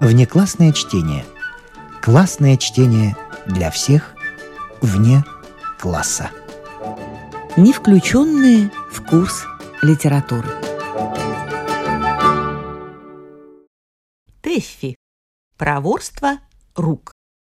Внеклассное чтение. Классное чтение для всех вне класса. Не включенные в курс литературы. Тэффи. Проворство рук.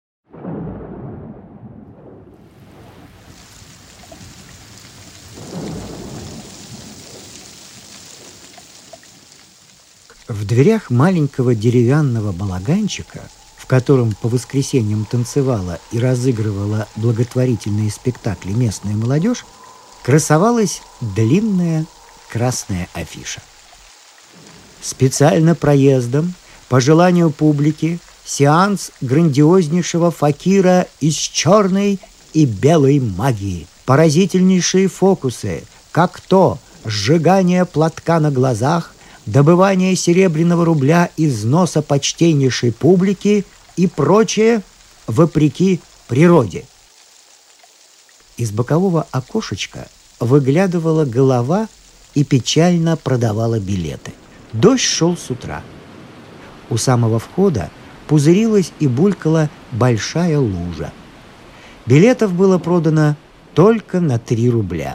В дверях маленького деревянного балаганчика, в котором по воскресеньям танцевала и разыгрывала благотворительные спектакли местная молодежь, красовалась длинная красная афиша. Специально проездом, по желанию публики, сеанс грандиознейшего факира из черной и белой магии. Поразительнейшие фокусы, как то сжигание платка на глазах, добывание серебряного рубля из носа почтеннейшей публики и прочее вопреки природе. Из бокового окошечка выглядывала голова и печально продавала билеты. Дождь шел с утра. У самого входа пузырилась и булькала большая лужа. Билетов было продано только на 3 рубля.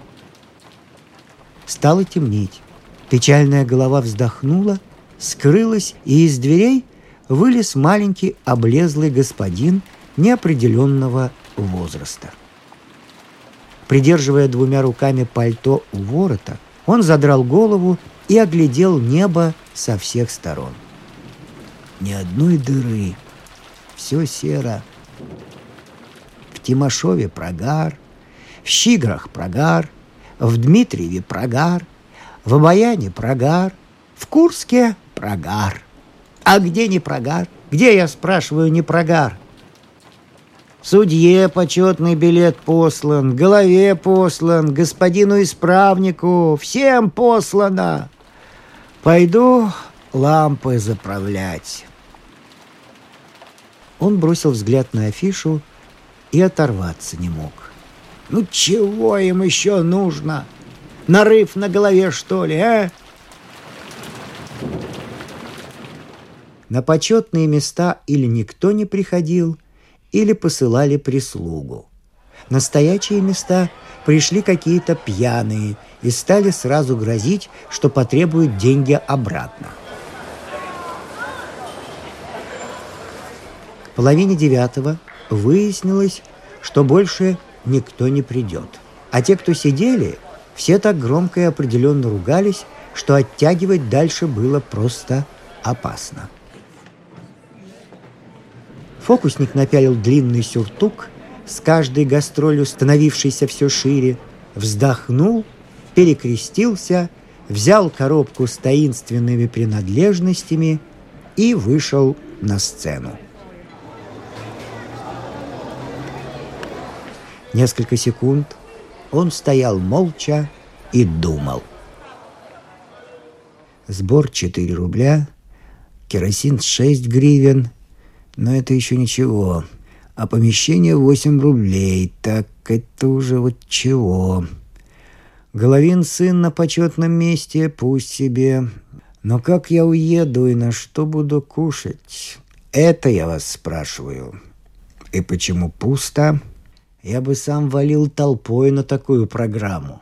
Стало темнеть. Печальная голова вздохнула, скрылась, и из дверей вылез маленький облезлый господин неопределенного возраста. Придерживая 2 руками пальто у ворота, он задрал голову и оглядел небо со всех сторон. Ни одной дыры, все серо. В Тимошове прогар, в Щиграх прогар, в Дмитриеве прогар, в Обаяне прогар, в Курске прогар. А где не прогар? Где, я спрашиваю, не прогар? Судье почетный билет послан, голове послан, господину исправнику, всем послано. Пойду лампы заправлять. Он бросил взгляд на афишу и оторваться не мог. Ну чего им еще нужно? Нарыв на голове, что ли, а? На почетные места или никто не приходил, или посылали прислугу. На стоячие места пришли какие-то пьяные и стали сразу грозить, что потребуют деньги обратно. К 8:30 выяснилось, что больше никто не придет. А те, кто сидели, все так громко и определенно ругались, что оттягивать дальше было просто опасно. Фокусник напялил длинный сюртук, с каждой гастролью становившийся все шире, вздохнул, перекрестился, взял коробку с таинственными принадлежностями и вышел на сцену. Несколько секунд он стоял молча и думал. Сбор 4 рубля, керосин 6 гривен, но это еще ничего. А помещение 8 рублей, так это уже вот чего. Головин сын на почетном месте, пусть себе. Но как я уеду и на что буду кушать? Это я вас спрашиваю. И почему пусто? Я бы сам валил толпой на такую программу.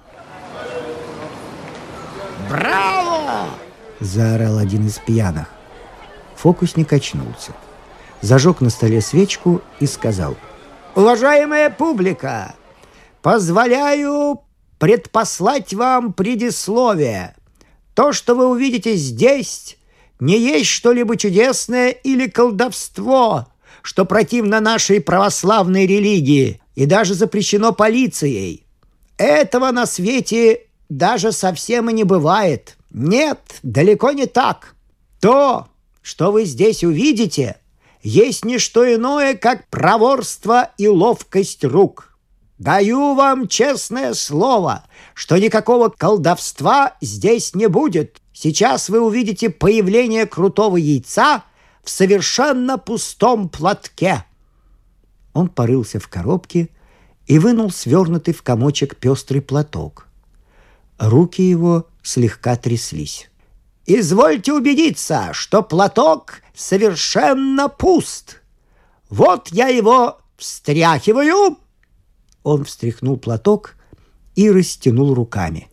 «Браво!» – заорал один из пьяных. Фокусник очнулся, зажег на столе свечку и сказал: «Уважаемая публика, позволяю предпослать вам предисловие. То, что вы увидите здесь, не есть что-либо чудесное или колдовство, что противно нашей православной религии и даже запрещено полицией. Этого на свете даже совсем и не бывает. Нет, далеко не так. То, что вы здесь увидите, есть не что иное, как проворство и ловкость рук. Даю вам честное слово, что никакого колдовства здесь не будет. Сейчас вы увидите появление крутого яйца в совершенно пустом платке». Он порылся в коробке и вынул свернутый в комочек пестрый платок. Руки его слегка тряслись. Извольте убедиться, что платок совершенно пуст. Вот я его встряхиваю». Он встряхнул платок и растянул руками.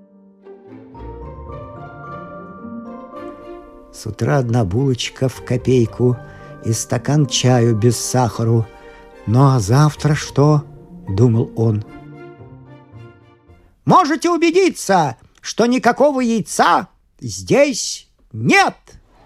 С утра одна булочка в копейку и стакан чаю без сахару. Ну а завтра что? — думал он. «Можете убедиться, что никакого яйца здесь нет!»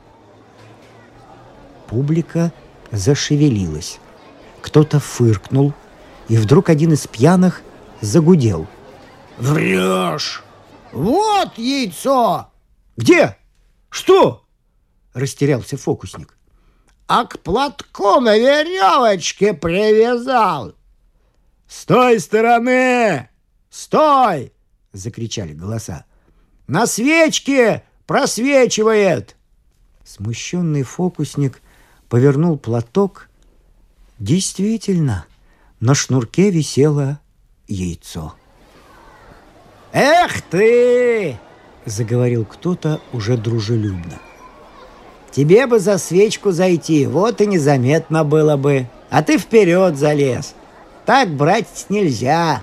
Публика зашевелилась. Кто-то фыркнул, и вдруг один из пьяных загудел. «Врешь! Вот яйцо!» «Где? Что?» — растерялся фокусник. «А к платку на веревочке привязал». «С той стороны! Стой!» — закричали голоса. «На свечке просвечивает!» Смущенный фокусник повернул платок. Действительно, на шнурке висело яйцо. «Эх ты!» — заговорил кто-то уже дружелюбно. «Тебе бы за свечку зайти, вот и незаметно было бы. А ты вперед залез. Так брать нельзя».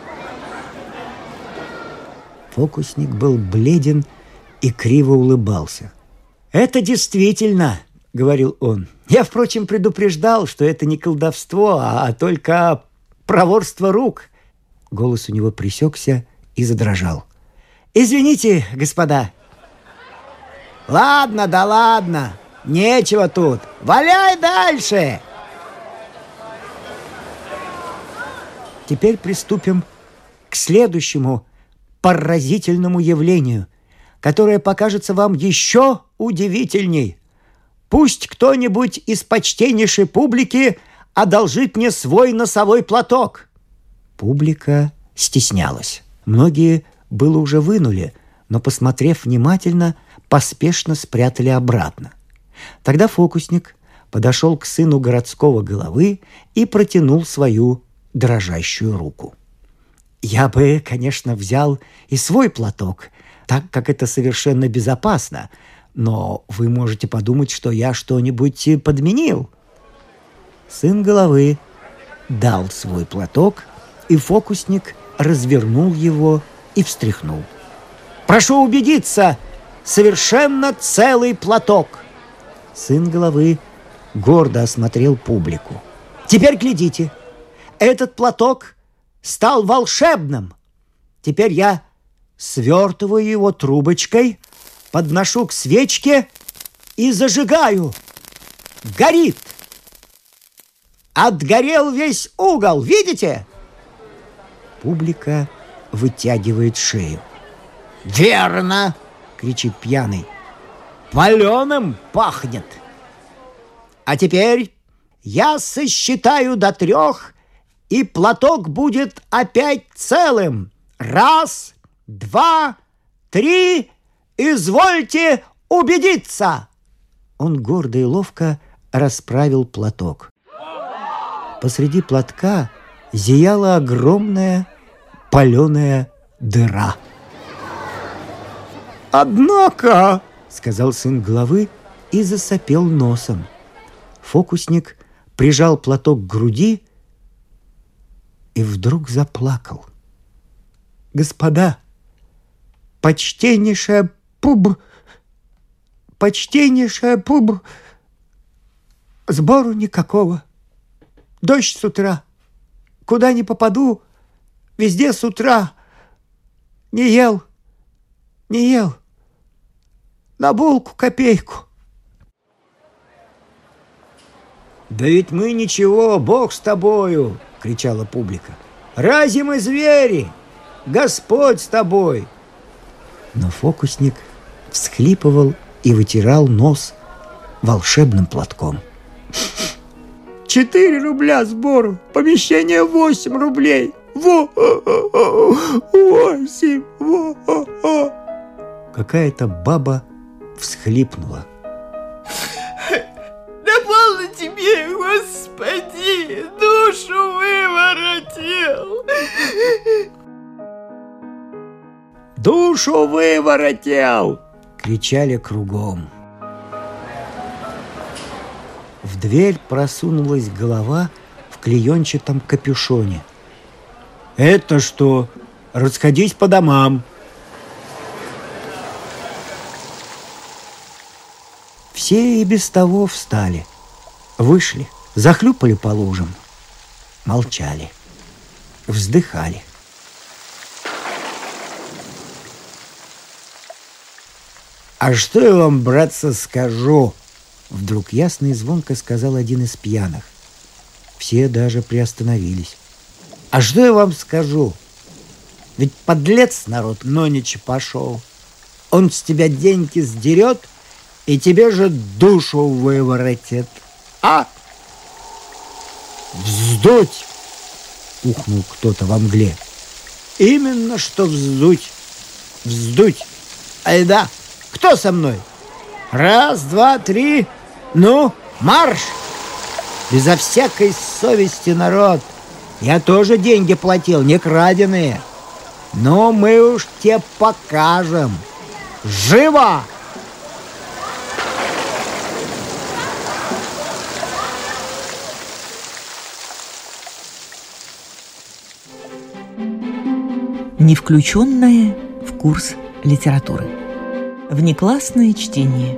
Фокусник был бледен и криво улыбался. «Это действительно», — говорил он. «Я, впрочем, предупреждал, что это не колдовство, а только проворство рук». Голос у него пресекся и задрожал. «Извините, господа». «Ладно, да ладно, нечего тут. Валяй дальше!» Теперь приступим к следующему поразительному явлению, которое покажется вам еще удивительней. Пусть кто-нибудь из почтеннейшей публики одолжит мне свой носовой платок. Публика стеснялась. Многие было уже вынули, но, посмотрев внимательно, поспешно спрятали обратно. Тогда фокусник подошел к сыну городского головы и протянул свою дрожащую руку. «Я бы, конечно, взял и свой платок, так как это совершенно безопасно, но вы можете подумать, что я что-нибудь подменил». Сын головы дал свой платок, и фокусник развернул его и встряхнул. «Прошу убедиться, совершенно целый платок!» Сын головы гордо осмотрел публику. «Теперь глядите, этот платок стал волшебным. Теперь я свертываю его трубочкой, подношу к свечке и зажигаю. Горит! Отгорел весь угол, видите?» Публика вытягивает шею. «Верно!» — кричит пьяный. «Паленым пахнет!» «А теперь я сосчитаю до 3, и платок будет опять целым. 1, 2, 3, извольте убедиться!» Он гордо и ловко расправил платок. Посреди платка зияла огромная паленая дыра. «Однако», — сказал сын главы и засопел носом. Фокусник прижал платок к груди и вдруг заплакал. «Господа, почтеннейшая сбору никакого. Дождь с утра. Куда ни попаду, везде с утра. Не ел. На булку копейку». «Да ведь мы ничего, Бог с тобою!» — кричала публика. «Разве мы звери? Господь с тобой!» Но фокусник всхлипывал и вытирал нос волшебным платком. 4 рубля сбору, помещение 8 рублей. 8. Какая-то баба всхлипнула. «Да полно тебе, Господи, душу выворотил!» «Душу выворотил!» — кричали кругом. В дверь просунулась голова в клеенчатом капюшоне. «Это что? Расходись по домам!» Все и без того встали, вышли, захлюпали по лужам, молчали, вздыхали. «А что я вам, братцы, скажу?» Вдруг ясно и звонко сказал один из пьяных. Все даже приостановились. «А что я вам скажу? Ведь подлец народ нонича пошел. Он с тебя деньги сдерет и тебе же душу выворотит. А? Вздуть!» Ухнул кто-то во мгле. «Именно что вздуть! Вздуть! Айда! Кто со мной? Раз, два, три! Ну, марш! Безо всякой совести, народ! Я тоже деньги платил, не краденые. Но мы уж тебе покажем! Живо!» Не включенное в курс литературы. Внеклассное чтение.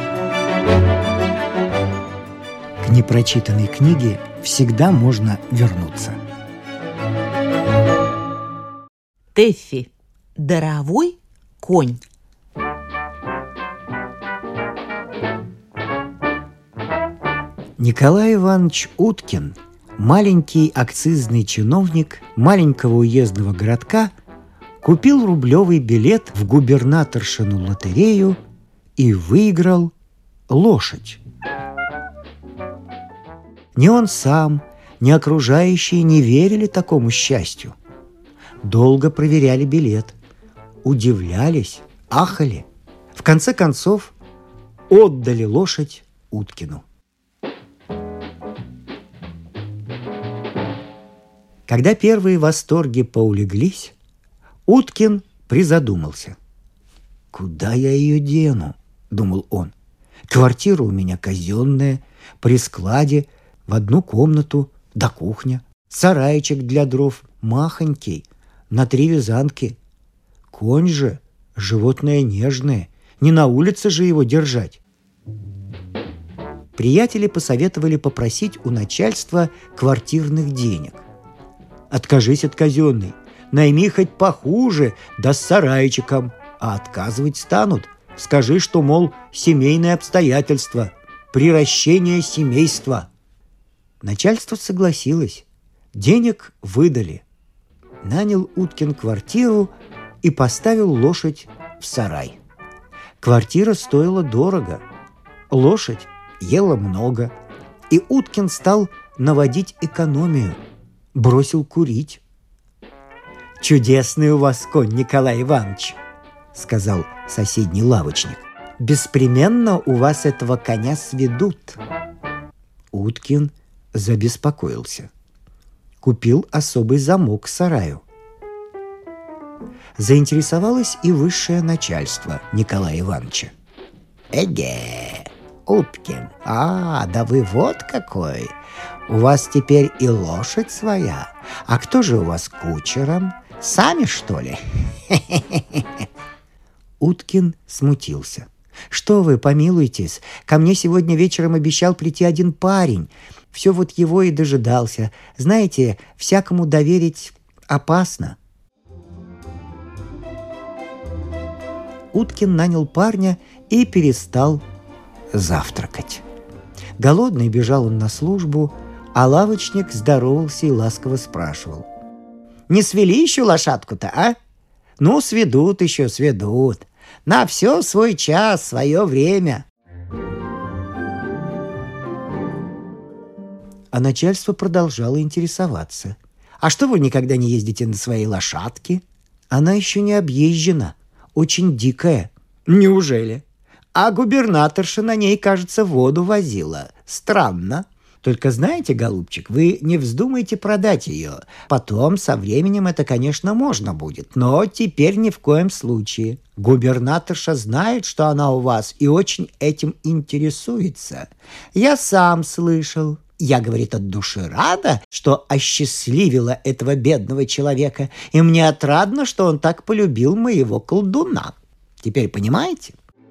К непрочитанной книге всегда можно вернуться. Тэффи. Даровой конь. Николай Иванович Уткин, маленький акцизный чиновник маленького уездного городка, купил рублевый билет в губернаторшину лотерею и выиграл лошадь. Ни он сам, ни окружающие не верили такому счастью. Долго проверяли билет, удивлялись, ахали. В конце концов, отдали лошадь Уткину. Когда первые восторги поулеглись, Уткин призадумался. «Куда я ее дену?» – думал он. «Квартира у меня казенная, при складе, в одну комнату, да кухня, сарайчик для дров, махонький, на 3 вязанки. Конь же, животное нежное, не на улице же его держать». Приятели посоветовали попросить у начальства квартирных денег. «Откажись от казенной, найми хоть похуже, да с сарайчиком, а отказывать станут. Скажи, что, мол, семейные обстоятельства, приращение семейства». Начальство согласилось, денег выдали. Нанял Уткин квартиру и поставил лошадь в сарай. Квартира стоила дорого, лошадь ела много, и Уткин стал наводить экономию, бросил курить. «Чудесный у вас конь, Николай Иванович», — сказал соседний лавочник. «Беспременно у вас этого коня сведут». Уткин забеспокоился. Купил особый замок к сараю. Заинтересовалось и высшее начальство Николая Ивановича. «Эге, Уткин, да вы вот какой! У вас теперь и лошадь своя. А кто же у вас кучером? Сами, что ли?» Уткин смутился. «Что вы, помилуйтесь, ко мне сегодня вечером обещал прийти один парень. Все вот его и дожидался. Знаете, всякому доверить опасно». Уткин нанял парня и перестал завтракать. Голодный бежал он на службу, а лавочник здоровался и ласково спрашивал: «Не свели еще лошадку-то, а? Ну, сведут еще, сведут. На все свой час, свое время». А начальство продолжало интересоваться. «А что вы никогда не ездите на своей лошадке? Она еще не объезжена, очень дикая». «Неужели? А губернаторша на ней, кажется, воду возила. Странно. Только знаете, голубчик, вы не вздумайте продать ее. Потом, со временем, это, конечно, можно будет. Но теперь ни в коем случае. Губернаторша знает, что она у вас, и очень этим интересуется. Я сам слышал. Я, говорит, от души рада, что осчастливила этого бедного человека, и мне отрадно, что он так полюбил моего колдуна. Теперь понимаете?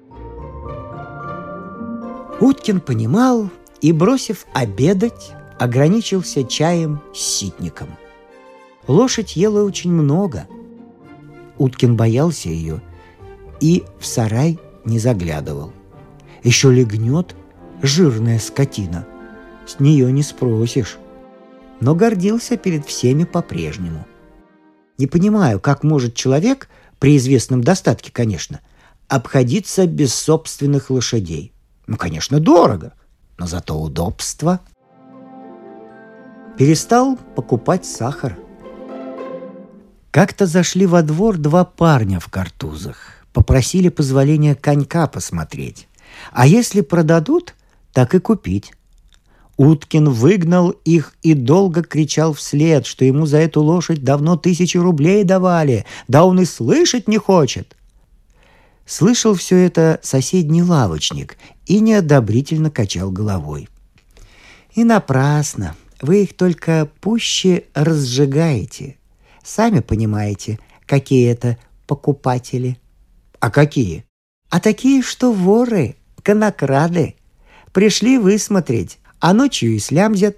Уткин понимал и, бросив обедать, ограничился чаем с ситником. Лошадь ела очень много. Уткин боялся ее и в сарай не заглядывал. Еще легнет жирная скотина. С нее не спросишь. Но гордился перед всеми по-прежнему. Не понимаю, как может человек, при известном достатке, конечно, обходиться без собственных лошадей. Ну, конечно, дорого, но зато удобство. Перестал покупать сахар. Как-то зашли во двор два парня в картузах. Попросили позволения конька посмотреть. А если продадут, так и купить. Уткин выгнал их и долго кричал вслед, что ему за эту лошадь давно 1000 рублей давали, да он и слышать не хочет. Слышал все это соседний лавочник и неодобрительно качал головой. И напрасно, вы их только пуще разжигаете. Сами понимаете, какие это покупатели. А какие? А такие, что воры, конокрады. Пришли высмотреть, а ночью и слямзят.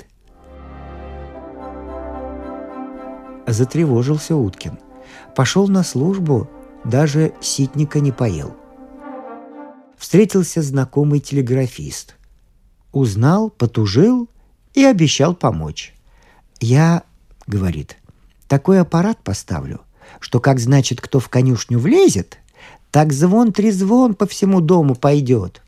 Затревожился Уткин. Пошел на службу, даже ситника не поел. Встретился знакомый телеграфист. Узнал, потужил и обещал помочь. «Я, — говорит, — такой аппарат поставлю, что, как значит, кто в конюшню влезет, так звон-трезвон по всему дому пойдет».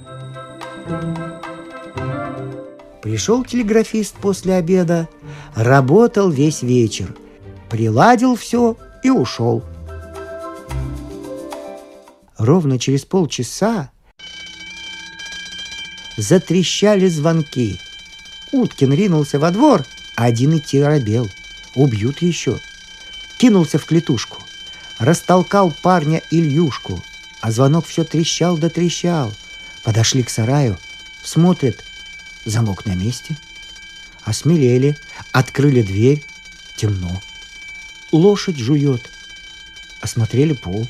Пришел телеграфист после обеда, работал весь вечер, приладил все и ушел. Ровно через полчаса затрещали звонки. Уткин ринулся во двор, а один идти робел. Убьют еще. Кинулся в клетушку, растолкал парня Ильюшку, а звонок все трещал да трещал. Подошли к сараю, смотрят, замок на месте. Осмелели, открыли дверь, темно. Лошадь жует. Осмотрели пол.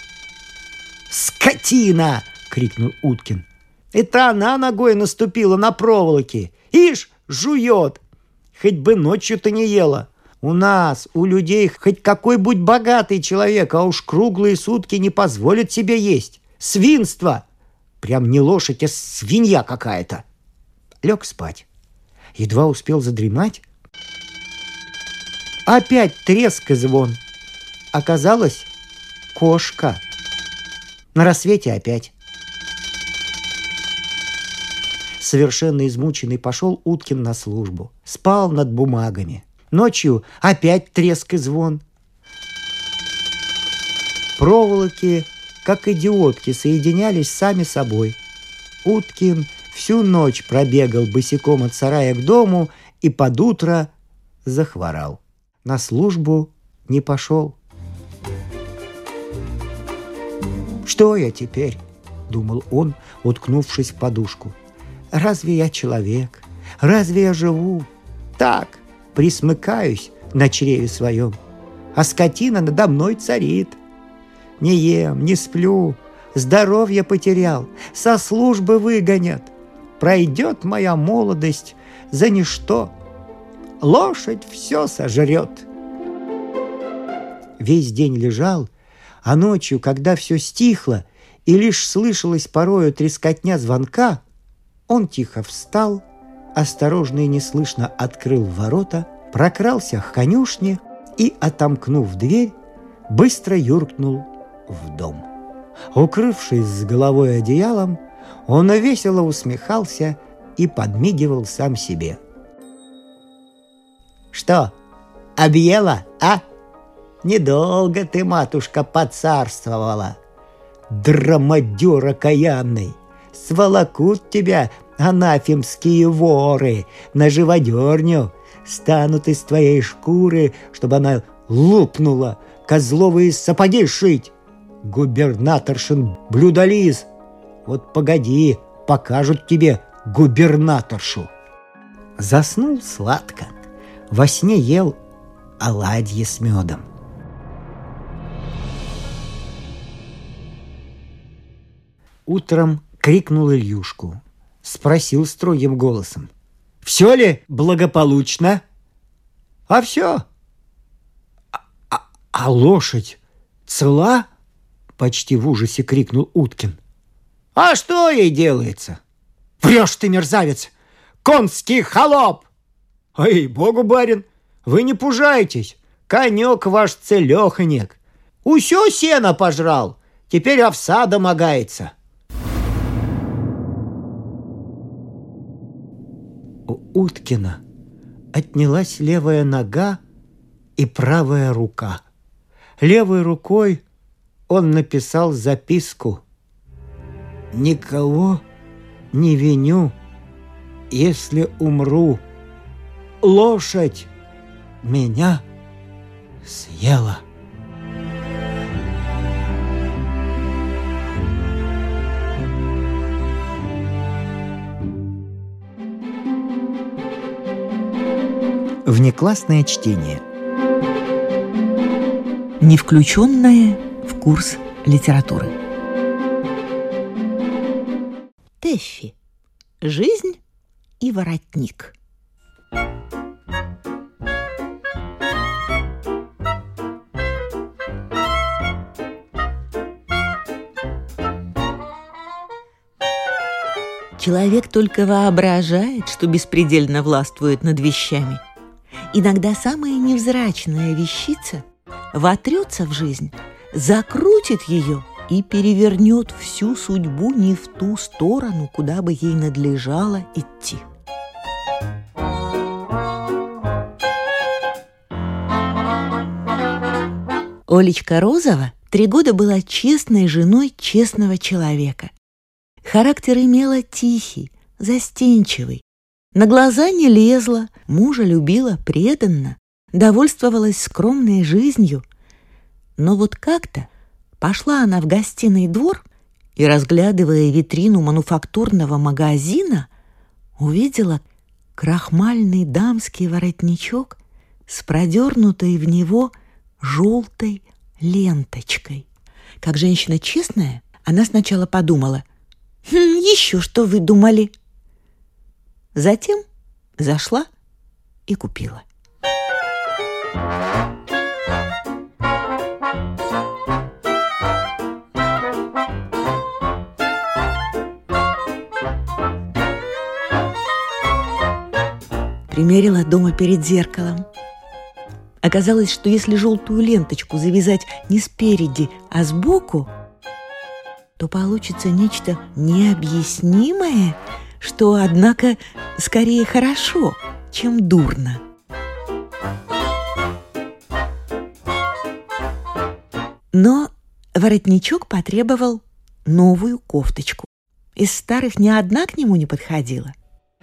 «Скотина!» — крикнул Уткин. «Это она ногой наступила на проволоке. Ишь, жует! Хоть бы ночью-то не ела. У нас, у людей, хоть какой-будь богатый человек, а уж круглые сутки не позволит себе есть. Свинство! Прям не лошадь, а свинья какая-то!» Лег спать. Едва успел задремать. Опять треск и звон. Оказалось, кошка. На рассвете опять. Совершенно измученный пошел Уткин на службу. Спал над бумагами. Ночью опять треск и звон. Проволоки, как идиотки, соединялись сами собой. Уткин всю ночь пробегал босиком от сарая к дому и под утро захворал. На службу не пошел. «Что я теперь?» — думал он, уткнувшись в подушку. «Разве я человек? Разве я живу? Так, присмыкаюсь на чреве своем, а скотина надо мной царит. Не ем, не сплю, здоровье потерял, со службы выгонят. Пройдет моя молодость за ничто. Лошадь все сожрет». Весь день лежал, а ночью, когда все стихло и лишь слышалась порою трескотня звонка, он тихо встал, осторожно и неслышно открыл ворота, прокрался к конюшне и, отомкнув дверь, быстро юркнул в дом. Укрывшись с головой одеялом, он весело усмехался и подмигивал сам себе. «Что, объела, а? Недолго ты, матушка, поцарствовала. Драмадер окаянный, сволокут тебя Анафемские воры на живодерню станут из твоей шкуры, чтобы она лопнула, козловые сапоги шить. Губернаторшин блюдолиз. Вот погоди, покажут тебе губернаторшу. Заснул сладко, во сне ел оладьи с медом. Утром крикнул Ильюшку, спросил строгим голосом: «Все ли благополучно?» «А все». «А лошадь цела?» — почти в ужасе крикнул Уткин. «А что ей делается?» «Врешь ты, мерзавец! Конский холоп!» «Эй-богу, барин, вы не пужайтесь, конек ваш целеханек. Усё сено пожрал, теперь овса домогается». У Уткина отнялась левая нога и правая рука. Левой рукой он написал записку: «Никого не виню, если умру. Лошадь меня съела». Внеклассное чтение. Не включенное в курс литературы. Тэффи. Жизнь и воротник. Человек только воображает, что беспредельно властвует над вещами. Иногда самая невзрачная вещица вотрется в жизнь, закрутит ее и перевернет всю судьбу не в ту сторону, куда бы ей надлежало идти. Олечка Розова 3 года была честной женой честного человека. Характер имела тихий, застенчивый. На глаза не лезла, мужа любила преданно, довольствовалась скромной жизнью. Но вот как-то пошла она в гостиный двор и, разглядывая витрину мануфактурного магазина, увидела крахмальный дамский воротничок с продернутой в него желтой ленточкой. Как женщина честная, она сначала подумала: «Еще что вы думали?» Затем зашла и купила. Примерила дома перед зеркалом. Оказалось, что если желтую ленточку завязать не спереди, а сбоку, то получится нечто необъяснимое, что, однако, скорее хорошо, чем дурно. Но воротничок потребовал новую кофточку. Из старых ни одна к нему не подходила.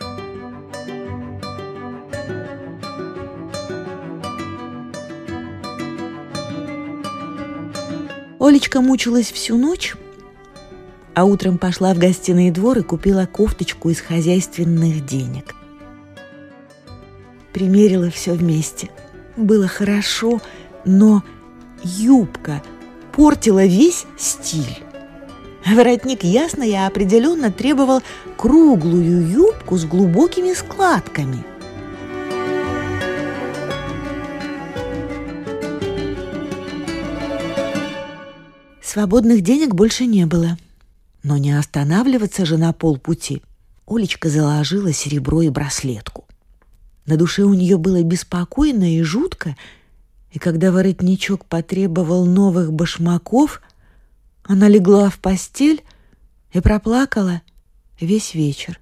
Олечка мучилась всю ночь, а утром пошла в гостиный двор и купила кофточку из хозяйственных денег. Примерила все вместе. Было хорошо, но юбка портила весь стиль. Воротник ясно и определенно требовал круглую юбку с глубокими складками. Свободных денег больше не было. Но не останавливаться же на полпути. Олечка заложила серебро и браслетку. На душе у нее было беспокойно и жутко, и когда воротничок потребовал новых башмаков, она легла в постель и проплакала весь вечер.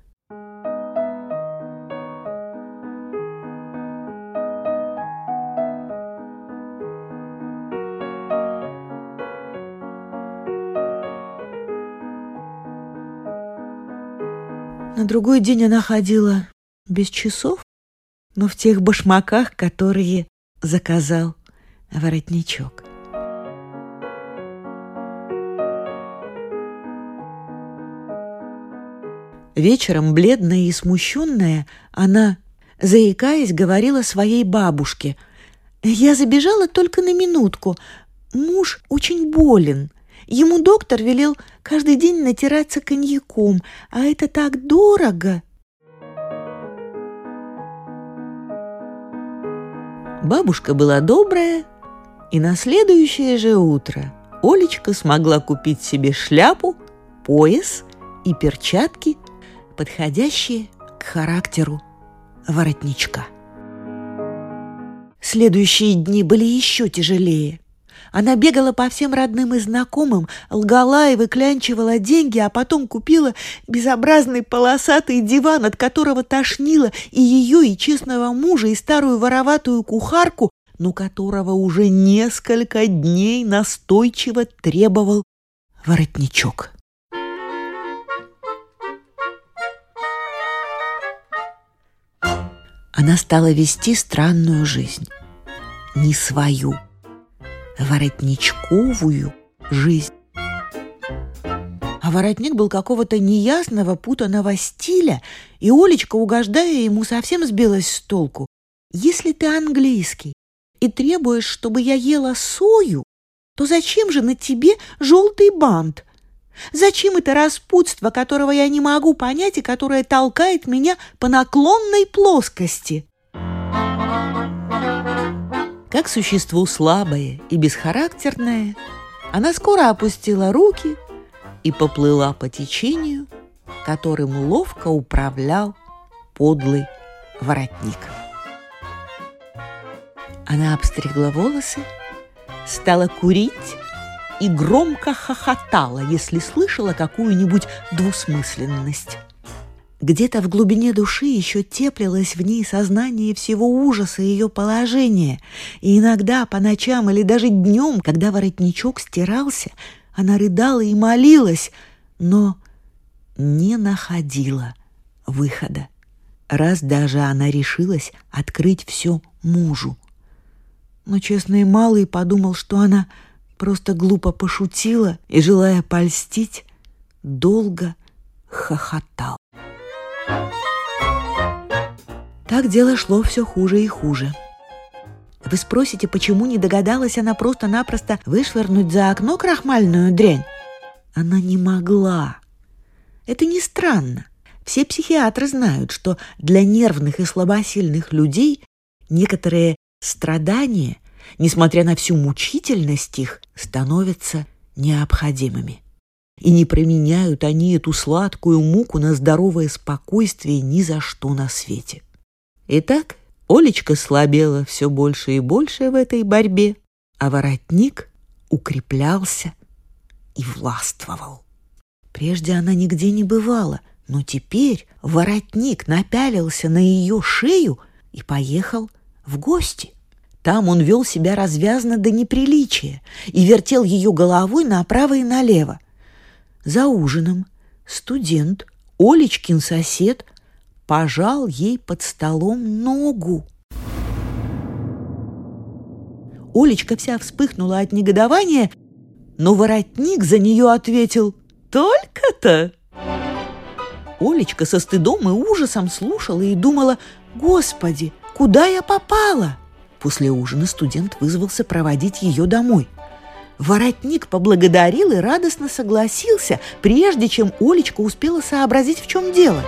На другой день она ходила без часов, но в тех башмаках, которые заказал воротничок. Вечером, бледная и смущенная, она, заикаясь, говорила своей бабушке: «Я забежала только на минутку. Муж очень болен. Ему доктор велел каждый день натираться коньяком, а это так дорого». Бабушка была добрая, и на следующее же утро Олечка смогла купить себе шляпу, пояс и перчатки, подходящие к характеру воротничка. Следующие дни были еще тяжелее. Она бегала по всем родным и знакомым, лгала и выклянчивала деньги, а потом купила безобразный полосатый диван, от которого тошнило и ее, и честного мужа, и старую вороватую кухарку, но которого уже несколько дней настойчиво требовал воротничок. Она стала вести странную жизнь, не свою, воротничковую жизнь. А воротник был какого-то неясного, путанного стиля, и Олечка, угождая ему, совсем сбилась с толку. «Если ты английский и требуешь, чтобы я ела сою, то зачем же на тебе желтый бант? Зачем это распутство, которого я не могу понять и которое толкает меня по наклонной плоскости?» Как существо слабое и бесхарактерное, она скоро опустила руки и поплыла по течению, которым ловко управлял подлый воротник. Она обстригла волосы, стала курить и громко хохотала, если слышала какую-нибудь двусмысленность. Где-то в глубине души еще теплилось в ней сознание всего ужаса ее положения, и иногда по ночам или даже днем, когда воротничок стирался, она рыдала и молилась, но не находила выхода. Раз даже она решилась открыть все мужу. Но честный малый подумал, что она просто глупо пошутила и, желая польстить, долго хохотал. Так дело шло все хуже и хуже. Вы спросите, почему не догадалась она просто-напросто вышвырнуть за окно крахмальную дрянь? Она не могла. Это не странно. Все психиатры знают, что для нервных и слабосильных людей некоторые страдания, несмотря на всю мучительность их, становятся необходимыми. И не променяют они эту сладкую муку на здоровое спокойствие ни за что на свете. Итак, Олечка слабела все больше и больше в этой борьбе, а воротник укреплялся и властвовал. Прежде она нигде не бывала, но теперь воротник напялился на ее шею и поехал в гости. Там он вел себя развязно до неприличия и вертел ее головой направо и налево. За ужином студент, Олечкин сосед, пожал ей под столом ногу. Олечка вся вспыхнула от негодования, но воротник за нее ответил: «Только-то!» Олечка со стыдом и ужасом слушала и думала: «Господи, куда я попала?» После ужина студент вызвался проводить ее домой. Воротник поблагодарил и радостно согласился, прежде чем Олечка успела сообразить, в чем дело.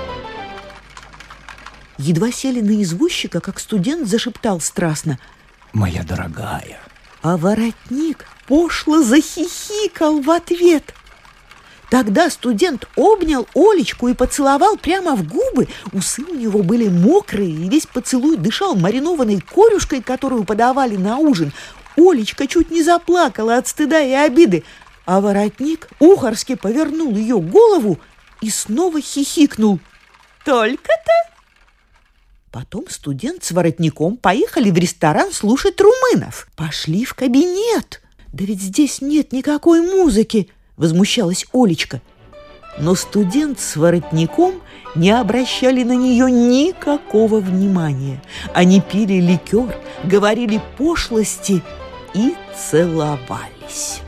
Едва сели на извозчика, как студент зашептал страстно: «Моя дорогая». А воротник пошло захихикал в ответ. Тогда студент обнял Олечку и поцеловал прямо в губы. Усы у него были мокрые, и весь поцелуй дышал маринованной корюшкой, которую подавали на ужин. Олечка чуть не заплакала от стыда и обиды, а воротник ухарски повернул ее голову и снова хихикнул. «Только-то?» Потом студент с воротником поехали в ресторан слушать румынов. Пошли в кабинет. «Да ведь здесь нет никакой музыки!» — возмущалась Олечка. Но студент с воротником не обращали на нее никакого внимания. Они пили ликер, говорили пошлости и целовались.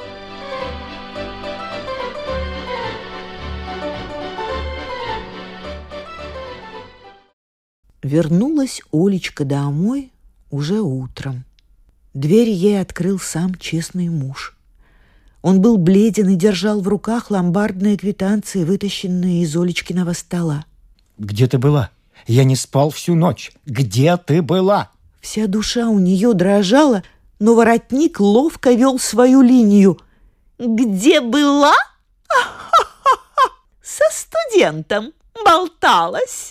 Вернулась Олечка домой уже утром. Дверь ей открыл сам честный муж. Он был бледен и держал в руках ломбардные квитанции, вытащенные из Олечкиного стола. «Где ты была? Я не спал всю ночь. Где ты была?» Вся душа у нее дрожала, но воротник ловко вел свою линию. «Где была? Со студентом болталась».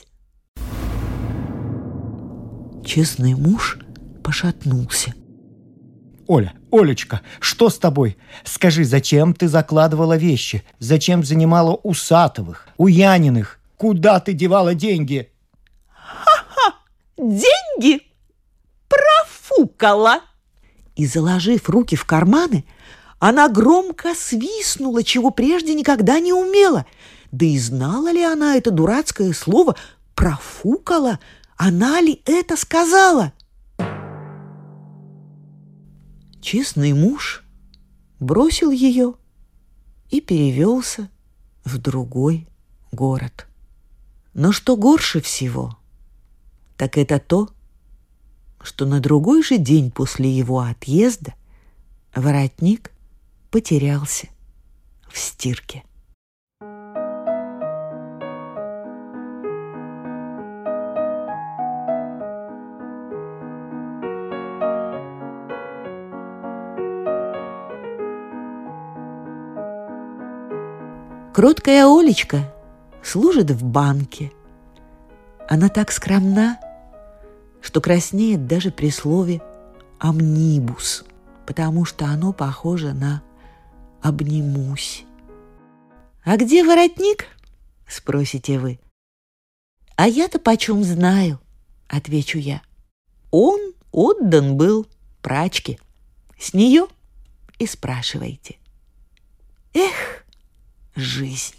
Честный муж пошатнулся. Олечка, что с тобой? Скажи, зачем ты закладывала вещи? Зачем занимала у Сатовых, у Яниных? Куда ты девала деньги? Деньги профукала. И, заложив руки в карманы, она громко свистнула, чего прежде никогда не умела. Да и знала ли она это дурацкое слово «профукала»? Она ли это сказала? Честный муж бросил ее и перевелся в другой город. Но что горше всего, так это то, что на другой же день после его отъезда воротник потерялся в стирке. Кроткая Олечка служит в банке. Она так скромна, что краснеет даже при слове «амнибус», потому что оно похоже на «обнимусь». «А где воротник?» — спросите вы. «А я-то почем знаю?» — отвечу я. «Он отдан был прачке. С нее и спрашивайте». Эх, жизнь!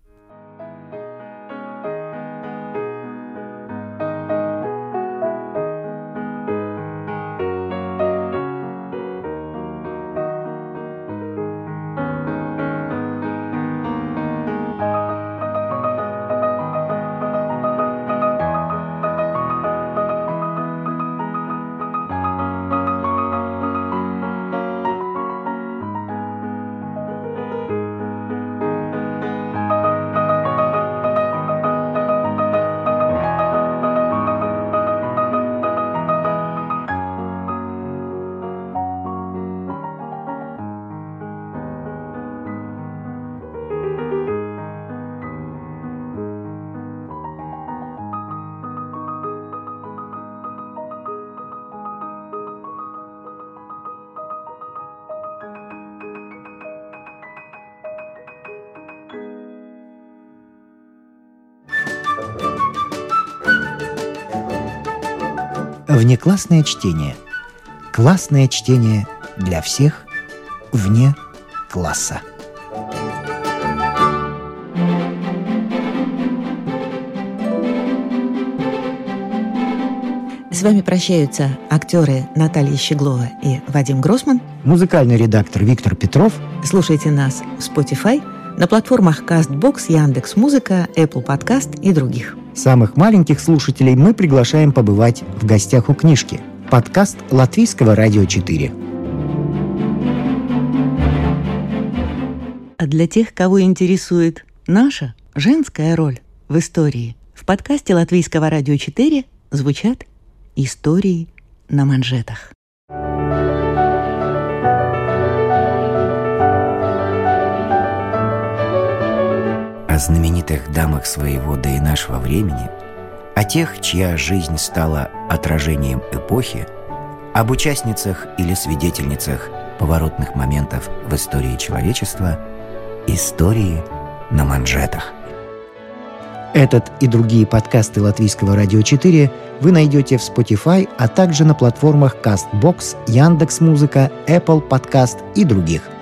Внеклассное чтение. Классное чтение для всех вне класса. С вами прощаются актеры Наталья Щеглова и Вадим Гроссман. Музыкальный редактор Виктор Петров. Слушайте нас в Spotify, на платформах CastBox, Яндекс.Музыка, Apple Podcast и других. Самых маленьких слушателей мы приглашаем побывать в гостях у книжки. Подкаст Латвийского радио 4. А для тех, кого интересует наша женская роль в истории, в подкасте Латвийского радио 4 звучат истории на манжетах. О знаменитых дамах своего да и нашего времени, о тех, чья жизнь стала отражением эпохи, об участницах или свидетельницах поворотных моментов в истории человечества, истории на манжетах. Этот и другие подкасты Латвийского радио 4 вы найдете в Spotify, а также на платформах CastBox, Яндекс.Музыка, Apple Podcast и других.